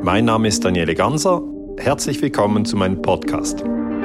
Mein Name ist Daniele Ganser. Herzlich willkommen zu meinem Podcast.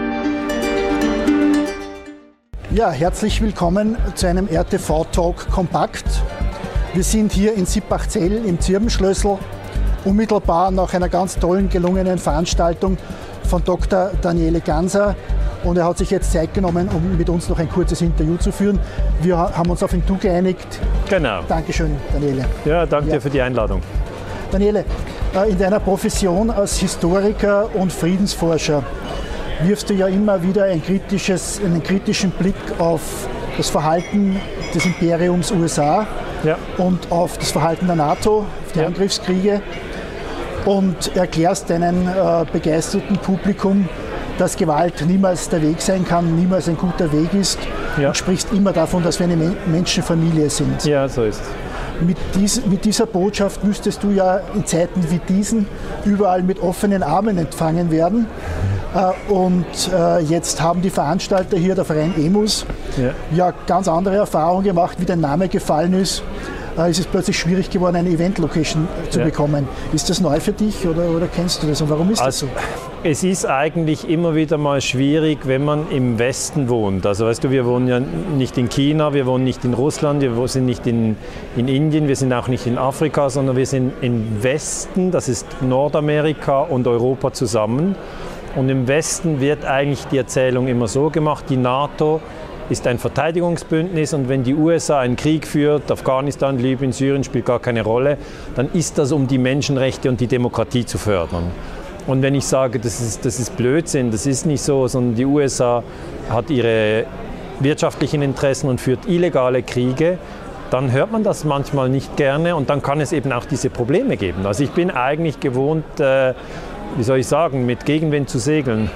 Ja, herzlich willkommen zu einem RTV-Talk Kompakt. Wir sind hier in Sippachzell im Zirbenschlössl, unmittelbar nach einer ganz tollen, gelungenen Veranstaltung von Dr. Daniele Ganser. Und er hat sich jetzt Zeit genommen, um mit uns noch ein kurzes Interview zu führen. Wir haben uns auf ein Du geeinigt. Genau. Dankeschön, Daniele. Ja, danke dir für die Einladung. Daniele, in deiner Profession als Historiker und Friedensforscher wirfst du ja immer wieder einen kritischen Blick auf das Verhalten des Imperiums USA und auf das Verhalten der NATO, auf die Angriffskriege und erklärst deinem begeisterten Publikum, dass Gewalt niemals der Weg sein kann, niemals ein guter Weg ist und sprichst immer davon, dass wir eine Menschenfamilie sind. Ja, so ist es. Mit dieser Botschaft müsstest du ja in Zeiten wie diesen überall mit offenen Armen empfangen werden. Und jetzt haben die Veranstalter hier, der Verein EMUS, ganz andere Erfahrungen gemacht, wie der Name gefallen ist. Es ist plötzlich schwierig geworden, eine Event-Location zu bekommen. Ist das neu für dich oder kennst du das und warum ist das so? Es ist eigentlich immer wieder mal schwierig, wenn man im Westen wohnt. Also weißt du, wir wohnen ja nicht in China, wir wohnen nicht in Russland, wir sind nicht in Indien, wir sind auch nicht in Afrika, sondern wir sind im Westen, das ist Nordamerika und Europa zusammen. Und im Westen wird eigentlich die Erzählung immer so gemacht, die NATO ist ein Verteidigungsbündnis und wenn die USA einen Krieg führt, Afghanistan, Libyen, Syrien spielt gar keine Rolle, dann ist das, um die Menschenrechte und die Demokratie zu fördern. Und wenn ich sage, das ist Blödsinn, das ist nicht so, sondern die USA hat ihre wirtschaftlichen Interessen und führt illegale Kriege, dann hört man das manchmal nicht gerne und dann kann es eben auch diese Probleme geben. Also ich bin eigentlich gewohnt, mit Gegenwind zu segeln.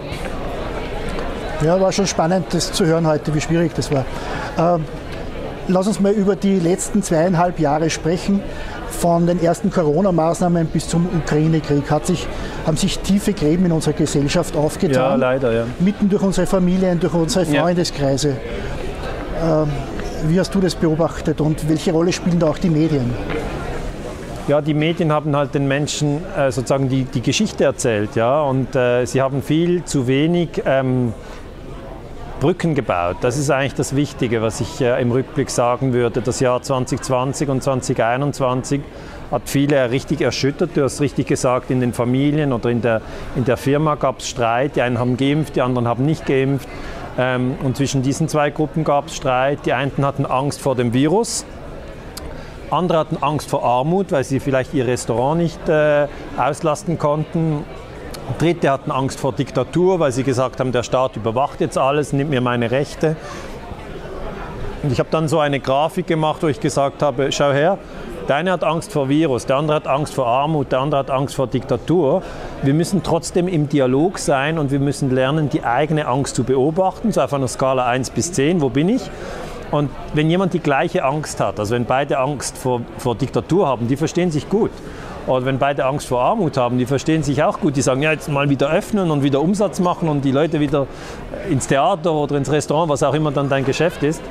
Ja, war schon spannend, das zu hören heute, wie schwierig das war. Lass uns mal über die letzten 2,5 Jahre sprechen. Von den ersten Corona-Maßnahmen bis zum Ukraine-Krieg haben sich tiefe Gräben in unserer Gesellschaft aufgetan. Ja, leider, ja. Mitten durch unsere Familien, durch unsere Freundeskreise. Wie hast du das beobachtet und welche Rolle spielen da auch die Medien? Ja, die Medien haben halt den Menschen sozusagen die Geschichte erzählt, und sie haben viel zu wenig Brücken gebaut. Das ist eigentlich das Wichtige, was ich im Rückblick sagen würde. Das Jahr 2020 und 2021 hat viele richtig erschüttert. Du hast richtig gesagt, in den Familien oder in der Firma gab es Streit. Die einen haben geimpft, die anderen haben nicht geimpft. Und zwischen diesen zwei Gruppen gab es Streit. Die einen hatten Angst vor dem Virus. Andere hatten Angst vor Armut, weil sie vielleicht ihr Restaurant nicht auslasten konnten. Dritte hatten Angst vor Diktatur, weil sie gesagt haben, der Staat überwacht jetzt alles, nimmt mir meine Rechte. Und ich habe dann so eine Grafik gemacht, wo ich gesagt habe, schau her, der eine hat Angst vor Virus, der andere hat Angst vor Armut, der andere hat Angst vor Diktatur. Wir müssen trotzdem im Dialog sein und wir müssen lernen, die eigene Angst zu beobachten, so auf einer Skala 1 bis 10, wo bin ich? Und wenn jemand die gleiche Angst hat, also wenn beide Angst vor Diktatur haben, die verstehen sich gut. Oder wenn beide Angst vor Armut haben, die verstehen sich auch gut. Die sagen, ja, jetzt mal wieder öffnen und wieder Umsatz machen und die Leute wieder ins Theater oder ins Restaurant, was auch immer dann dein Geschäft ist.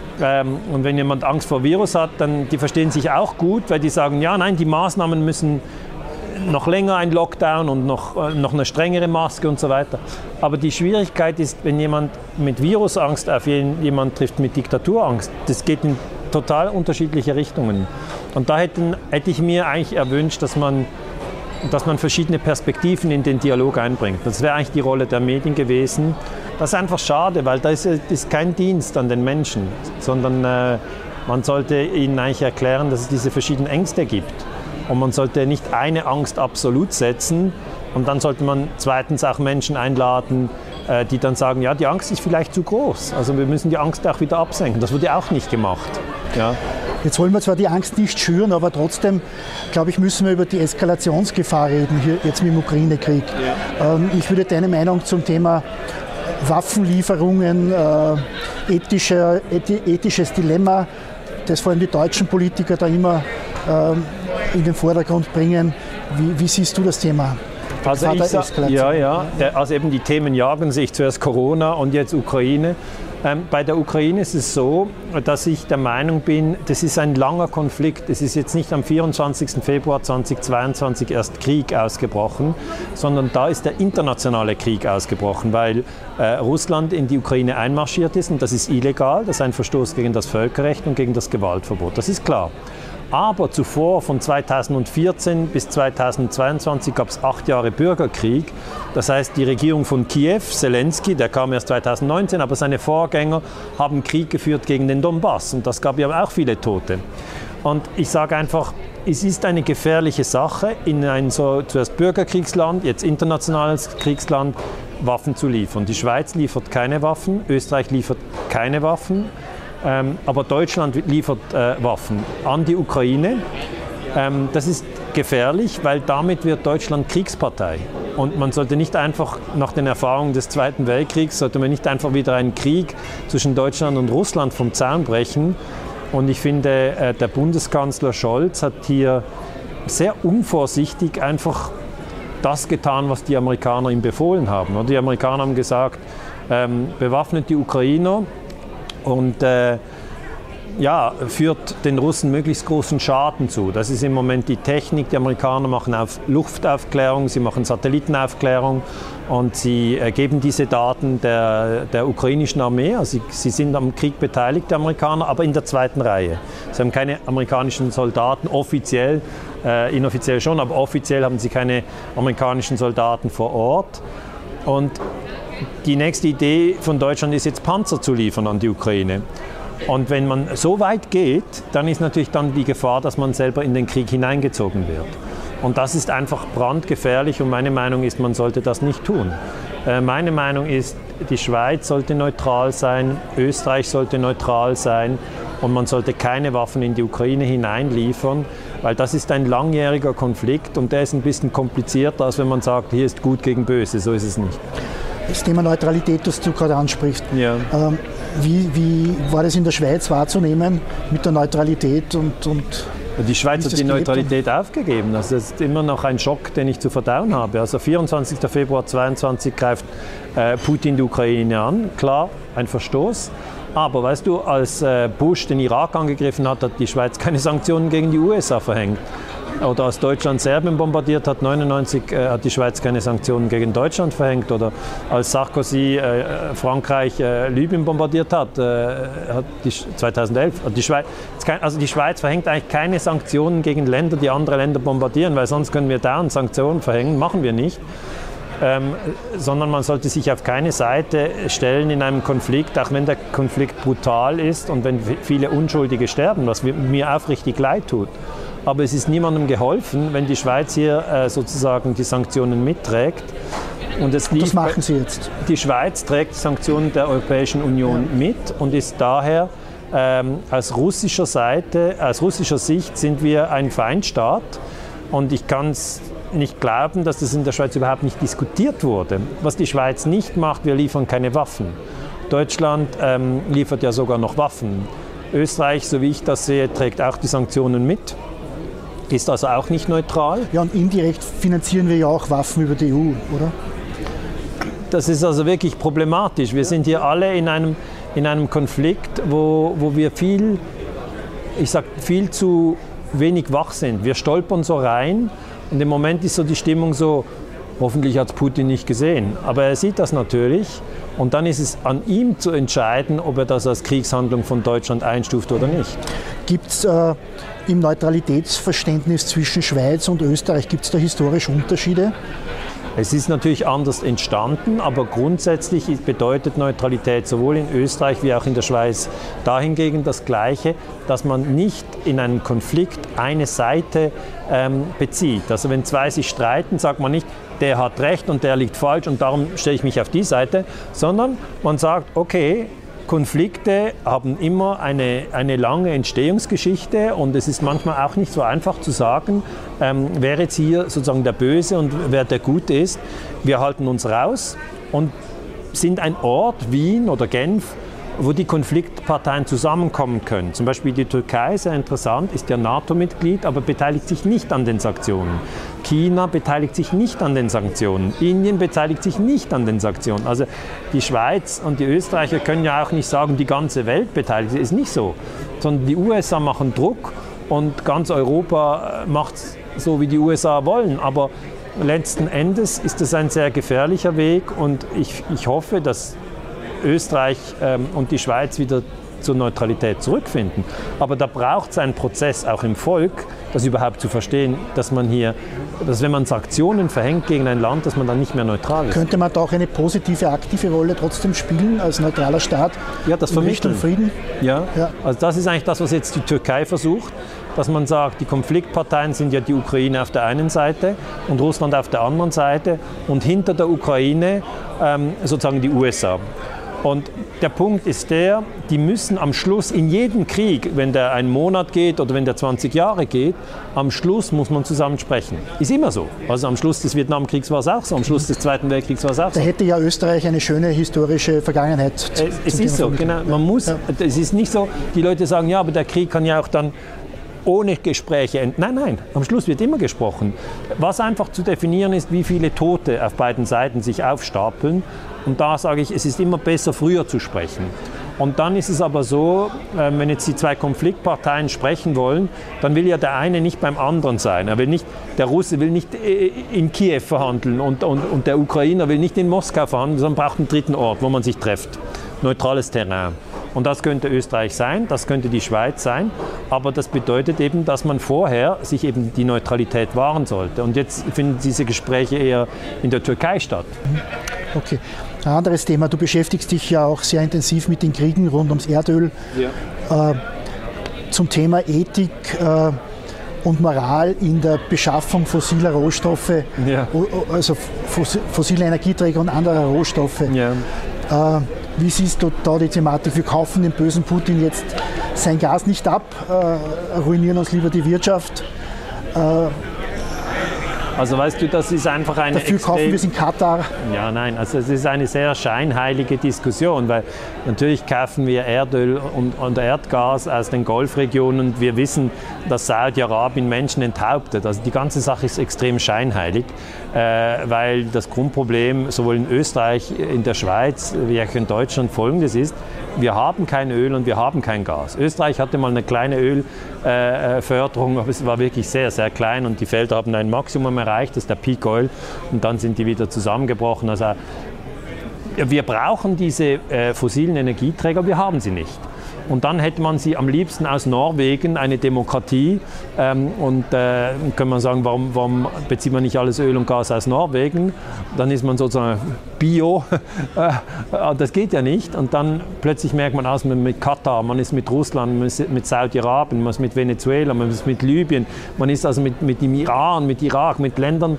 Und wenn jemand Angst vor Virus hat, dann die verstehen sich auch gut, weil die sagen, ja, nein, die Maßnahmen müssen noch länger ein Lockdown und noch eine strengere Maske und so weiter. Aber die Schwierigkeit ist, wenn jemand mit Virusangst auf jemanden trifft mit Diktaturangst, das geht in total unterschiedliche Richtungen. Und da hätte ich mir eigentlich erwünscht, dass man verschiedene Perspektiven in den Dialog einbringt. Das wäre eigentlich die Rolle der Medien gewesen. Das ist einfach schade, weil das ist kein Dienst an den Menschen, sondern man sollte ihnen eigentlich erklären, dass es diese verschiedenen Ängste gibt. Und man sollte nicht eine Angst absolut setzen und dann sollte man zweitens auch Menschen einladen, die dann sagen, ja, die Angst ist vielleicht zu groß. Also wir müssen die Angst auch wieder absenken. Das wurde auch nicht gemacht. Ja. Jetzt wollen wir zwar die Angst nicht schüren, aber trotzdem, glaube ich, müssen wir über die Eskalationsgefahr reden, hier jetzt mit dem Ukraine-Krieg. Ja. Ich würde deine Meinung zum Thema Waffenlieferungen, ethisches Dilemma, das vor allem die deutschen Politiker da immer in den Vordergrund bringen. Wie siehst du das Thema? Also eben die Themen jagen sich, zuerst Corona und jetzt Ukraine. Bei der Ukraine ist es so, dass ich der Meinung bin, das ist ein langer Konflikt. Es ist jetzt nicht am 24. Februar 2022 erst Krieg ausgebrochen, sondern da ist der internationale Krieg ausgebrochen, weil Russland in die Ukraine einmarschiert ist und das ist illegal, das ist ein Verstoß gegen das Völkerrecht und gegen das Gewaltverbot, das ist klar. Aber zuvor, von 2014 bis 2022, gab es 8 Jahre Bürgerkrieg. Das heißt, die Regierung von Kiew, Zelensky, der kam erst 2019, aber seine Vorgänger haben Krieg geführt gegen den Donbass. Und das gab ja auch viele Tote. Und ich sage einfach, es ist eine gefährliche Sache, in ein so zuerst Bürgerkriegsland, jetzt internationales Kriegsland, Waffen zu liefern. Die Schweiz liefert keine Waffen, Österreich liefert keine Waffen. Aber Deutschland liefert Waffen an die Ukraine. Das ist gefährlich, weil damit wird Deutschland Kriegspartei. Und man sollte nicht einfach, nach den Erfahrungen des Zweiten Weltkriegs, sollte man nicht einfach wieder einen Krieg zwischen Deutschland und Russland vom Zaun brechen. Und ich finde, der Bundeskanzler Scholz hat hier sehr unvorsichtig einfach das getan, was die Amerikaner ihm befohlen haben. Die Amerikaner haben gesagt, bewaffnet die Ukrainer, und führt den Russen möglichst großen Schaden zu. Das ist im Moment die Technik. Die Amerikaner machen Luftaufklärung, sie machen Satellitenaufklärung und sie geben diese Daten der ukrainischen Armee. Also sie sind am Krieg beteiligt, die Amerikaner, aber in der zweiten Reihe. Sie haben keine amerikanischen Soldaten offiziell, inoffiziell schon, aber offiziell haben sie keine amerikanischen Soldaten vor Ort. Und die nächste Idee von Deutschland ist jetzt Panzer zu liefern an die Ukraine. Und wenn man so weit geht, dann ist natürlich dann die Gefahr, dass man selber in den Krieg hineingezogen wird. Und das ist einfach brandgefährlich und meine Meinung ist, man sollte das nicht tun. Meine Meinung ist, die Schweiz sollte neutral sein, Österreich sollte neutral sein und man sollte keine Waffen in die Ukraine hineinliefern, weil das ist ein langjähriger Konflikt und der ist ein bisschen komplizierter, als wenn man sagt, hier ist gut gegen böse, so ist es nicht. Das Thema Neutralität, das du gerade ansprichst. Ja. Wie war das in der Schweiz wahrzunehmen mit der Neutralität und die Schweiz hat die Neutralität aufgegeben. Also das ist immer noch ein Schock, den ich zu verdauen habe. Also 24. Februar 2022 greift Putin die Ukraine an. Klar, ein Verstoß. Aber weißt du, als Bush den Irak angegriffen hat, hat die Schweiz keine Sanktionen gegen die USA verhängt. Oder als Deutschland Serbien bombardiert hat, 1999 hat die Schweiz keine Sanktionen gegen Deutschland verhängt. Oder als Sarkozy Frankreich Libyen bombardiert hat, 2011, hat die Schweiz verhängt eigentlich keine Sanktionen gegen Länder, die andere Länder bombardieren, weil sonst können wir dauernd Sanktionen verhängen, machen wir nicht. Sondern man sollte sich auf keine Seite stellen in einem Konflikt, auch wenn der Konflikt brutal ist und wenn viele Unschuldige sterben, was mir aufrichtig leid tut. Aber es ist niemandem geholfen, wenn die Schweiz hier sozusagen die Sanktionen mitträgt. Und das machen sie jetzt. Die Schweiz trägt die Sanktionen der Europäischen Union mit und ist daher aus russischer Sicht sind wir ein Feindstaat. Und ich kann es nicht glauben, dass das in der Schweiz überhaupt nicht diskutiert wurde. Was die Schweiz nicht macht, wir liefern keine Waffen. Deutschland liefert ja sogar noch Waffen. Österreich, so wie ich das sehe, trägt auch die Sanktionen mit. Ist also auch nicht neutral. Ja, und indirekt finanzieren wir ja auch Waffen über die EU, oder? Das ist also wirklich problematisch. Wir sind hier alle in einem Konflikt, wo wir viel zu wenig wach sind. Wir stolpern so rein und im Moment ist so die Stimmung so, hoffentlich hat es Putin nicht gesehen. Aber er sieht das natürlich und dann ist es an ihm zu entscheiden, ob er das als Kriegshandlung von Deutschland einstuft oder nicht. Gibt es im Neutralitätsverständnis zwischen Schweiz und Österreich, gibt es da historische Unterschiede? Es ist natürlich anders entstanden, aber grundsätzlich bedeutet Neutralität sowohl in Österreich wie auch in der Schweiz dahingegen das Gleiche, dass man nicht in einem Konflikt eine Seite bezieht. Also wenn zwei sich streiten, sagt man nicht, der hat recht und der liegt falsch und darum stelle ich mich auf die Seite, sondern man sagt, okay, Konflikte haben immer eine lange Entstehungsgeschichte und es ist manchmal auch nicht so einfach zu sagen, wer jetzt hier sozusagen der Böse und wer der Gute ist. Wir halten uns raus und sind ein Ort, Wien oder Genf, wo die Konfliktparteien zusammenkommen können. Zum Beispiel die Türkei, sehr interessant, ist ja NATO-Mitglied, aber beteiligt sich nicht an den Sanktionen. China beteiligt sich nicht an den Sanktionen. Indien beteiligt sich nicht an den Sanktionen. Also die Schweiz und die Österreicher können ja auch nicht sagen, die ganze Welt beteiligt sich. Ist nicht so. Sondern die USA machen Druck und ganz Europa macht es so, wie die USA wollen. Aber letzten Endes ist es ein sehr gefährlicher Weg und ich hoffe, dass Österreich und die Schweiz wieder zur Neutralität zurückfinden. Aber da braucht es einen Prozess auch im Volk, das überhaupt zu verstehen, dass wenn man Sanktionen verhängt gegen ein Land, dass man dann nicht mehr neutral ist. Könnte man da auch eine positive, aktive Rolle trotzdem spielen als neutraler Staat? Ja, das vermitteln. Frieden? Ja, also das ist eigentlich das, was jetzt die Türkei versucht, dass man sagt, die Konfliktparteien sind ja die Ukraine auf der einen Seite und Russland auf der anderen Seite und hinter der Ukraine sozusagen die USA. Und der Punkt ist der, die müssen am Schluss in jedem Krieg, wenn der einen Monat geht oder wenn der 20 Jahre geht, am Schluss muss man zusammen sprechen. Ist immer so. Also am Schluss des Vietnamkriegs war es auch so, am Schluss des Zweiten Weltkriegs war es auch so. Da hätte ja Österreich eine schöne historische Vergangenheit. Es ist so, genau. Man muss, es ist nicht so, die Leute sagen, ja, aber der Krieg kann ja auch dann ohne Gespräche enden. Nein, am Schluss wird immer gesprochen. Was einfach zu definieren ist, wie viele Tote auf beiden Seiten sich aufstapeln. Und da sage ich, es ist immer besser, früher zu sprechen. Und dann ist es aber so, wenn jetzt die zwei Konfliktparteien sprechen wollen, dann will ja der eine nicht beim anderen sein. Der Russe will nicht in Kiew verhandeln und der Ukrainer will nicht in Moskau verhandeln, sondern braucht einen dritten Ort, wo man sich trifft. Neutrales Terrain. Und das könnte Österreich sein, das könnte die Schweiz sein, aber das bedeutet eben, dass man vorher sich eben die Neutralität wahren sollte. Und jetzt finden diese Gespräche eher in der Türkei statt. Okay. Ein anderes Thema, du beschäftigst dich ja auch sehr intensiv mit den Kriegen rund ums Erdöl. Ja. Zum Thema Ethik und Moral in der Beschaffung fossiler Rohstoffe, ja. Also fossile Energieträger und anderer Rohstoffe. Ja. Wie siehst du da die Thematik? Wir kaufen dem bösen Putin jetzt sein Gas nicht ab, ruinieren uns lieber die Wirtschaft. Also weißt du, das ist einfach eine Dafür kaufen wir es in Katar. Ja, nein, also es ist eine sehr scheinheilige Diskussion, weil natürlich kaufen wir Erdöl und Erdgas aus den Golfregionen und wir wissen, dass Saudi-Arabien Menschen enthauptet. Also die ganze Sache ist extrem scheinheilig, weil das Grundproblem sowohl in Österreich, in der Schweiz wie auch in Deutschland folgendes ist: Wir haben kein Öl und wir haben kein Gas. Österreich hatte mal eine kleine Ölförderung, aber es war wirklich sehr, sehr klein und die Felder haben ein Maximum erreicht, das ist der Peak Oil, und dann sind die wieder zusammengebrochen. Also wir brauchen diese fossilen Energieträger, wir haben sie nicht. Und dann hätte man sie am liebsten aus Norwegen, eine Demokratie. Und kann man sagen, warum bezieht man nicht alles Öl und Gas aus Norwegen? Dann ist man sozusagen Bio. Das geht ja nicht. Und dann plötzlich merkt man aus, man ist mit Katar, man ist mit Russland, man ist mit Saudi-Arabien, man ist mit Venezuela, man ist mit Libyen, man ist also mit dem Iran, mit Irak, mit Ländern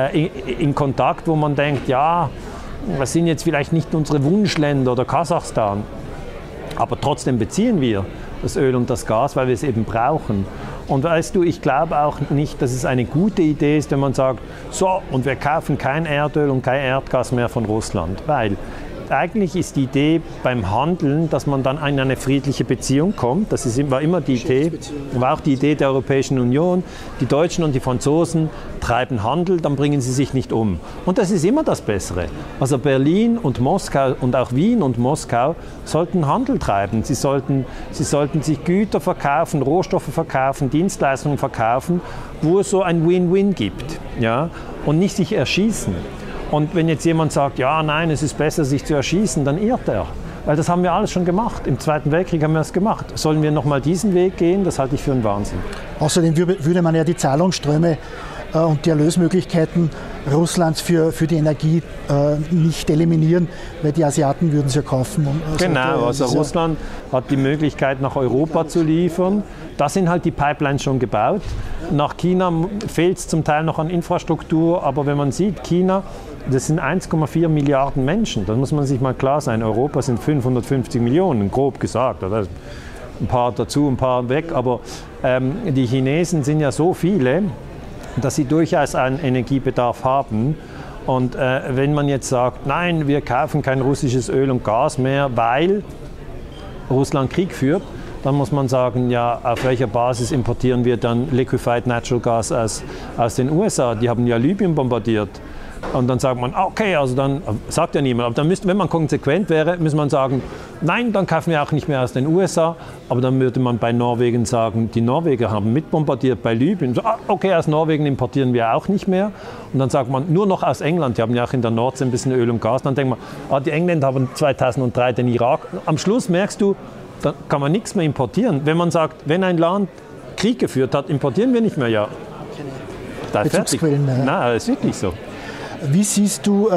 in Kontakt, wo man denkt, ja, das sind jetzt vielleicht nicht unsere Wunschländer oder Kasachstan. Aber trotzdem beziehen wir das Öl und das Gas, weil wir es eben brauchen. Und weißt du, ich glaube auch nicht, dass es eine gute Idee ist, wenn man sagt, so, und wir kaufen kein Erdöl und kein Erdgas mehr von Russland. Weil eigentlich ist die Idee beim Handeln, dass man dann in eine friedliche Beziehung kommt. Das war immer die Idee, war auch die Idee der Europäischen Union. Die Deutschen und die Franzosen treiben Handel, dann bringen sie sich nicht um. Und das ist immer das Bessere. Also Berlin und Moskau und auch Wien und Moskau sollten Handel treiben. Sie sollten sich Güter verkaufen, Rohstoffe verkaufen, Dienstleistungen verkaufen, wo es so ein Win-Win gibt, ja? Und nicht sich erschießen. Und wenn jetzt jemand sagt, ja, nein, es ist besser, sich zu erschießen, dann irrt er. Weil das haben wir alles schon gemacht. Im Zweiten Weltkrieg haben wir das gemacht. Sollen wir nochmal diesen Weg gehen? Das halte ich für einen Wahnsinn. Außerdem würde man ja die Zahlungsströme und die Erlösmöglichkeiten Russlands für die Energie nicht eliminieren, weil die Asiaten würden es ja kaufen. Also Russland hat die Möglichkeit, nach Europa zu liefern. Da sind halt die Pipelines schon gebaut. Nach China fehlt es zum Teil noch an Infrastruktur, aber wenn man sieht, China, das sind 1,4 Milliarden Menschen, da muss man sich mal klar sein, Europa sind 550 Millionen, grob gesagt. Oder ein paar dazu, ein paar weg, aber die Chinesen sind ja so viele, dass sie durchaus einen Energiebedarf haben. Und wenn man jetzt sagt, nein, wir kaufen kein russisches Öl und Gas mehr, weil Russland Krieg führt, dann muss man sagen, ja, auf welcher Basis importieren wir dann Liquefied Natural Gas aus den USA? Die haben ja Libyen bombardiert. Und dann sagt man, okay, also dann, sagt ja niemand, aber dann müsste, wenn man konsequent wäre, müsste man sagen, nein, dann kaufen wir auch nicht mehr aus den USA, aber dann würde man bei Norwegen sagen, die Norweger haben mitbombardiert bei Libyen, so, okay, aus Norwegen importieren wir auch nicht mehr. Und dann sagt man, nur noch aus England, die haben ja auch in der Nordsee ein bisschen Öl und Gas, dann denkt man, die Engländer haben 2003 den Irak. Am Schluss merkst du, dann kann man nichts mehr importieren. Wenn man sagt, wenn ein Land Krieg geführt hat, importieren wir nicht mehr, ja. Da ist fertig. Nein, das ist wirklich so. Wie siehst du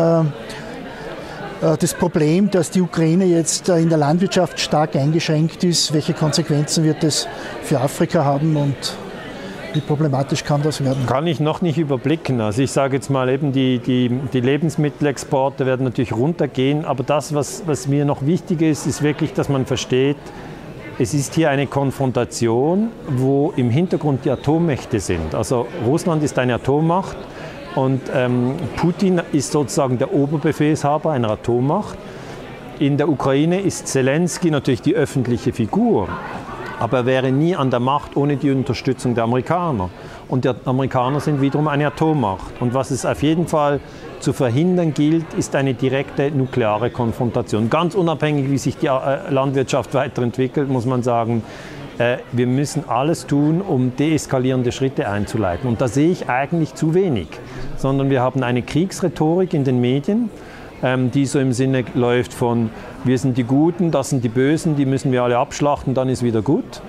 das Problem, dass die Ukraine jetzt in der Landwirtschaft stark eingeschränkt ist? Welche Konsequenzen wird das für Afrika haben und wie problematisch kann das werden? Kann ich noch nicht überblicken. Also ich sage jetzt mal eben, die Lebensmittelexporte werden natürlich runtergehen, aber das, was mir noch wichtig ist, ist wirklich, dass man versteht, es ist hier eine Konfrontation, wo im Hintergrund die Atommächte sind. Also Russland ist eine Atommacht. Und Putin ist sozusagen der Oberbefehlshaber einer Atommacht. In der Ukraine ist Zelensky natürlich die öffentliche Figur, aber er wäre nie an der Macht ohne die Unterstützung der Amerikaner. Und die Amerikaner sind wiederum eine Atommacht. Und was es auf jeden Fall zu verhindern gilt, ist eine direkte nukleare Konfrontation. Ganz unabhängig, wie sich die Landwirtschaft weiterentwickelt, muss man sagen, wir müssen alles tun, um deeskalierende Schritte einzuleiten. Und da sehe ich eigentlich zu wenig. Sondern wir haben eine Kriegsrhetorik in den Medien, die so im Sinne läuft von, wir sind die Guten, das sind die Bösen, die müssen wir alle abschlachten, dann ist wieder gut.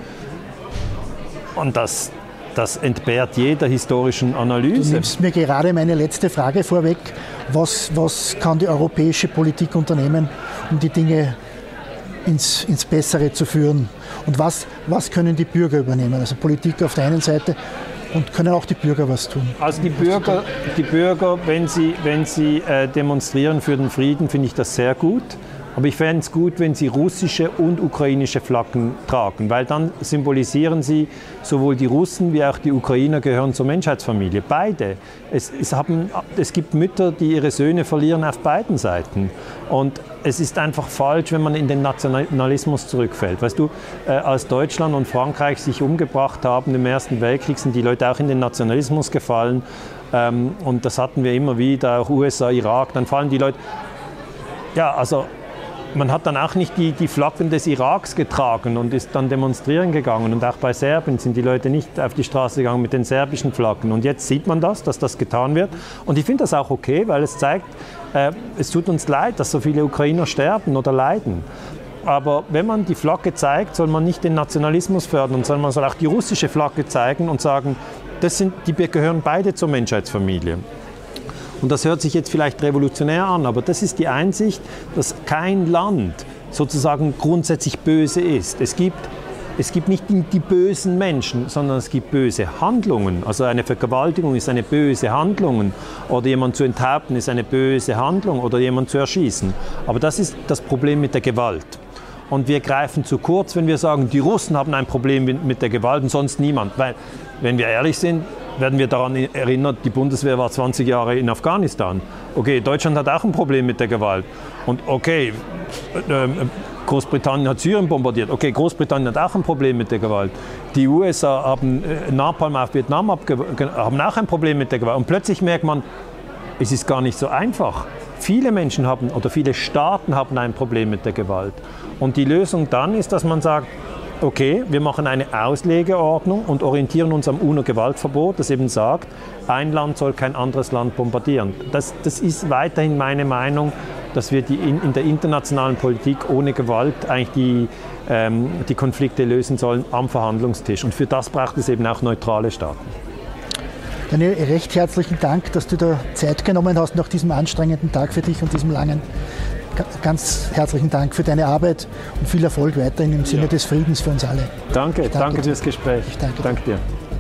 Und das entbehrt jeder historischen Analyse. Du nimmst mir gerade meine letzte Frage vorweg. Was kann die europäische Politik unternehmen, um die Dinge ins Bessere zu führen? Und was können die Bürger übernehmen? Also Politik auf der einen Seite und können auch die Bürger was tun? Also die Bürger, wenn sie demonstrieren für den Frieden, finde ich das sehr gut. Aber ich fände es gut, wenn sie russische und ukrainische Flaggen tragen, weil dann symbolisieren sie, sowohl die Russen wie auch die Ukrainer gehören zur Menschheitsfamilie. Beide. Es gibt Mütter, die ihre Söhne verlieren auf beiden Seiten. Und es ist einfach falsch, wenn man in den Nationalismus zurückfällt. Weißt du, als Deutschland und Frankreich sich umgebracht haben im Ersten Weltkrieg, sind die Leute auch in den Nationalismus gefallen. Und das hatten wir immer wieder, auch USA, Irak. Dann fallen die Leute... Ja, also... Man hat dann auch nicht die Flaggen des Iraks getragen und ist dann demonstrieren gegangen. Und auch bei Serbien sind die Leute nicht auf die Straße gegangen mit den serbischen Flaggen. Und jetzt sieht man dass das getan wird. Und ich finde das auch okay, weil es zeigt, es tut uns leid, dass so viele Ukrainer sterben oder leiden. Aber wenn man die Flagge zeigt, soll man nicht den Nationalismus fördern, sondern man soll auch die russische Flagge zeigen und sagen, die gehören beide zur Menschheitsfamilie. Und das hört sich jetzt vielleicht revolutionär an, aber das ist die Einsicht, dass kein Land sozusagen grundsätzlich böse ist. Es gibt nicht die bösen Menschen, sondern es gibt böse Handlungen. Also eine Vergewaltigung ist eine böse Handlung oder jemanden zu enthaupten ist eine böse Handlung oder jemanden zu erschießen. Aber das ist das Problem mit der Gewalt. Und wir greifen zu kurz, wenn wir sagen, die Russen haben ein Problem mit der Gewalt und sonst niemand. Weil, wenn wir ehrlich sind, werden wir daran erinnert, die Bundeswehr war 20 Jahre in Afghanistan. Okay, Deutschland hat auch ein Problem mit der Gewalt. Und okay, Großbritannien hat Syrien bombardiert. Okay, Großbritannien hat auch ein Problem mit der Gewalt. Die USA haben Napalm auf Vietnam haben auch ein Problem mit der Gewalt. Und plötzlich merkt man, es ist gar nicht so einfach. Viele Menschen haben oder viele Staaten haben ein Problem mit der Gewalt. Und die Lösung dann ist, dass man sagt, okay, wir machen eine Auslegeordnung und orientieren uns am UNO-Gewaltverbot, das eben sagt, ein Land soll kein anderes Land bombardieren. Das ist weiterhin meine Meinung, dass wir in der internationalen Politik ohne Gewalt eigentlich die Konflikte lösen sollen am Verhandlungstisch. Und für das braucht es eben auch neutrale Staaten. Daniel, recht herzlichen Dank, dass du da Zeit genommen hast nach diesem anstrengenden Tag für dich und diesem langen. Ganz herzlichen Dank für deine Arbeit und viel Erfolg weiterhin im Sinne des Friedens für uns alle. Danke fürs Gespräch. Danke dir.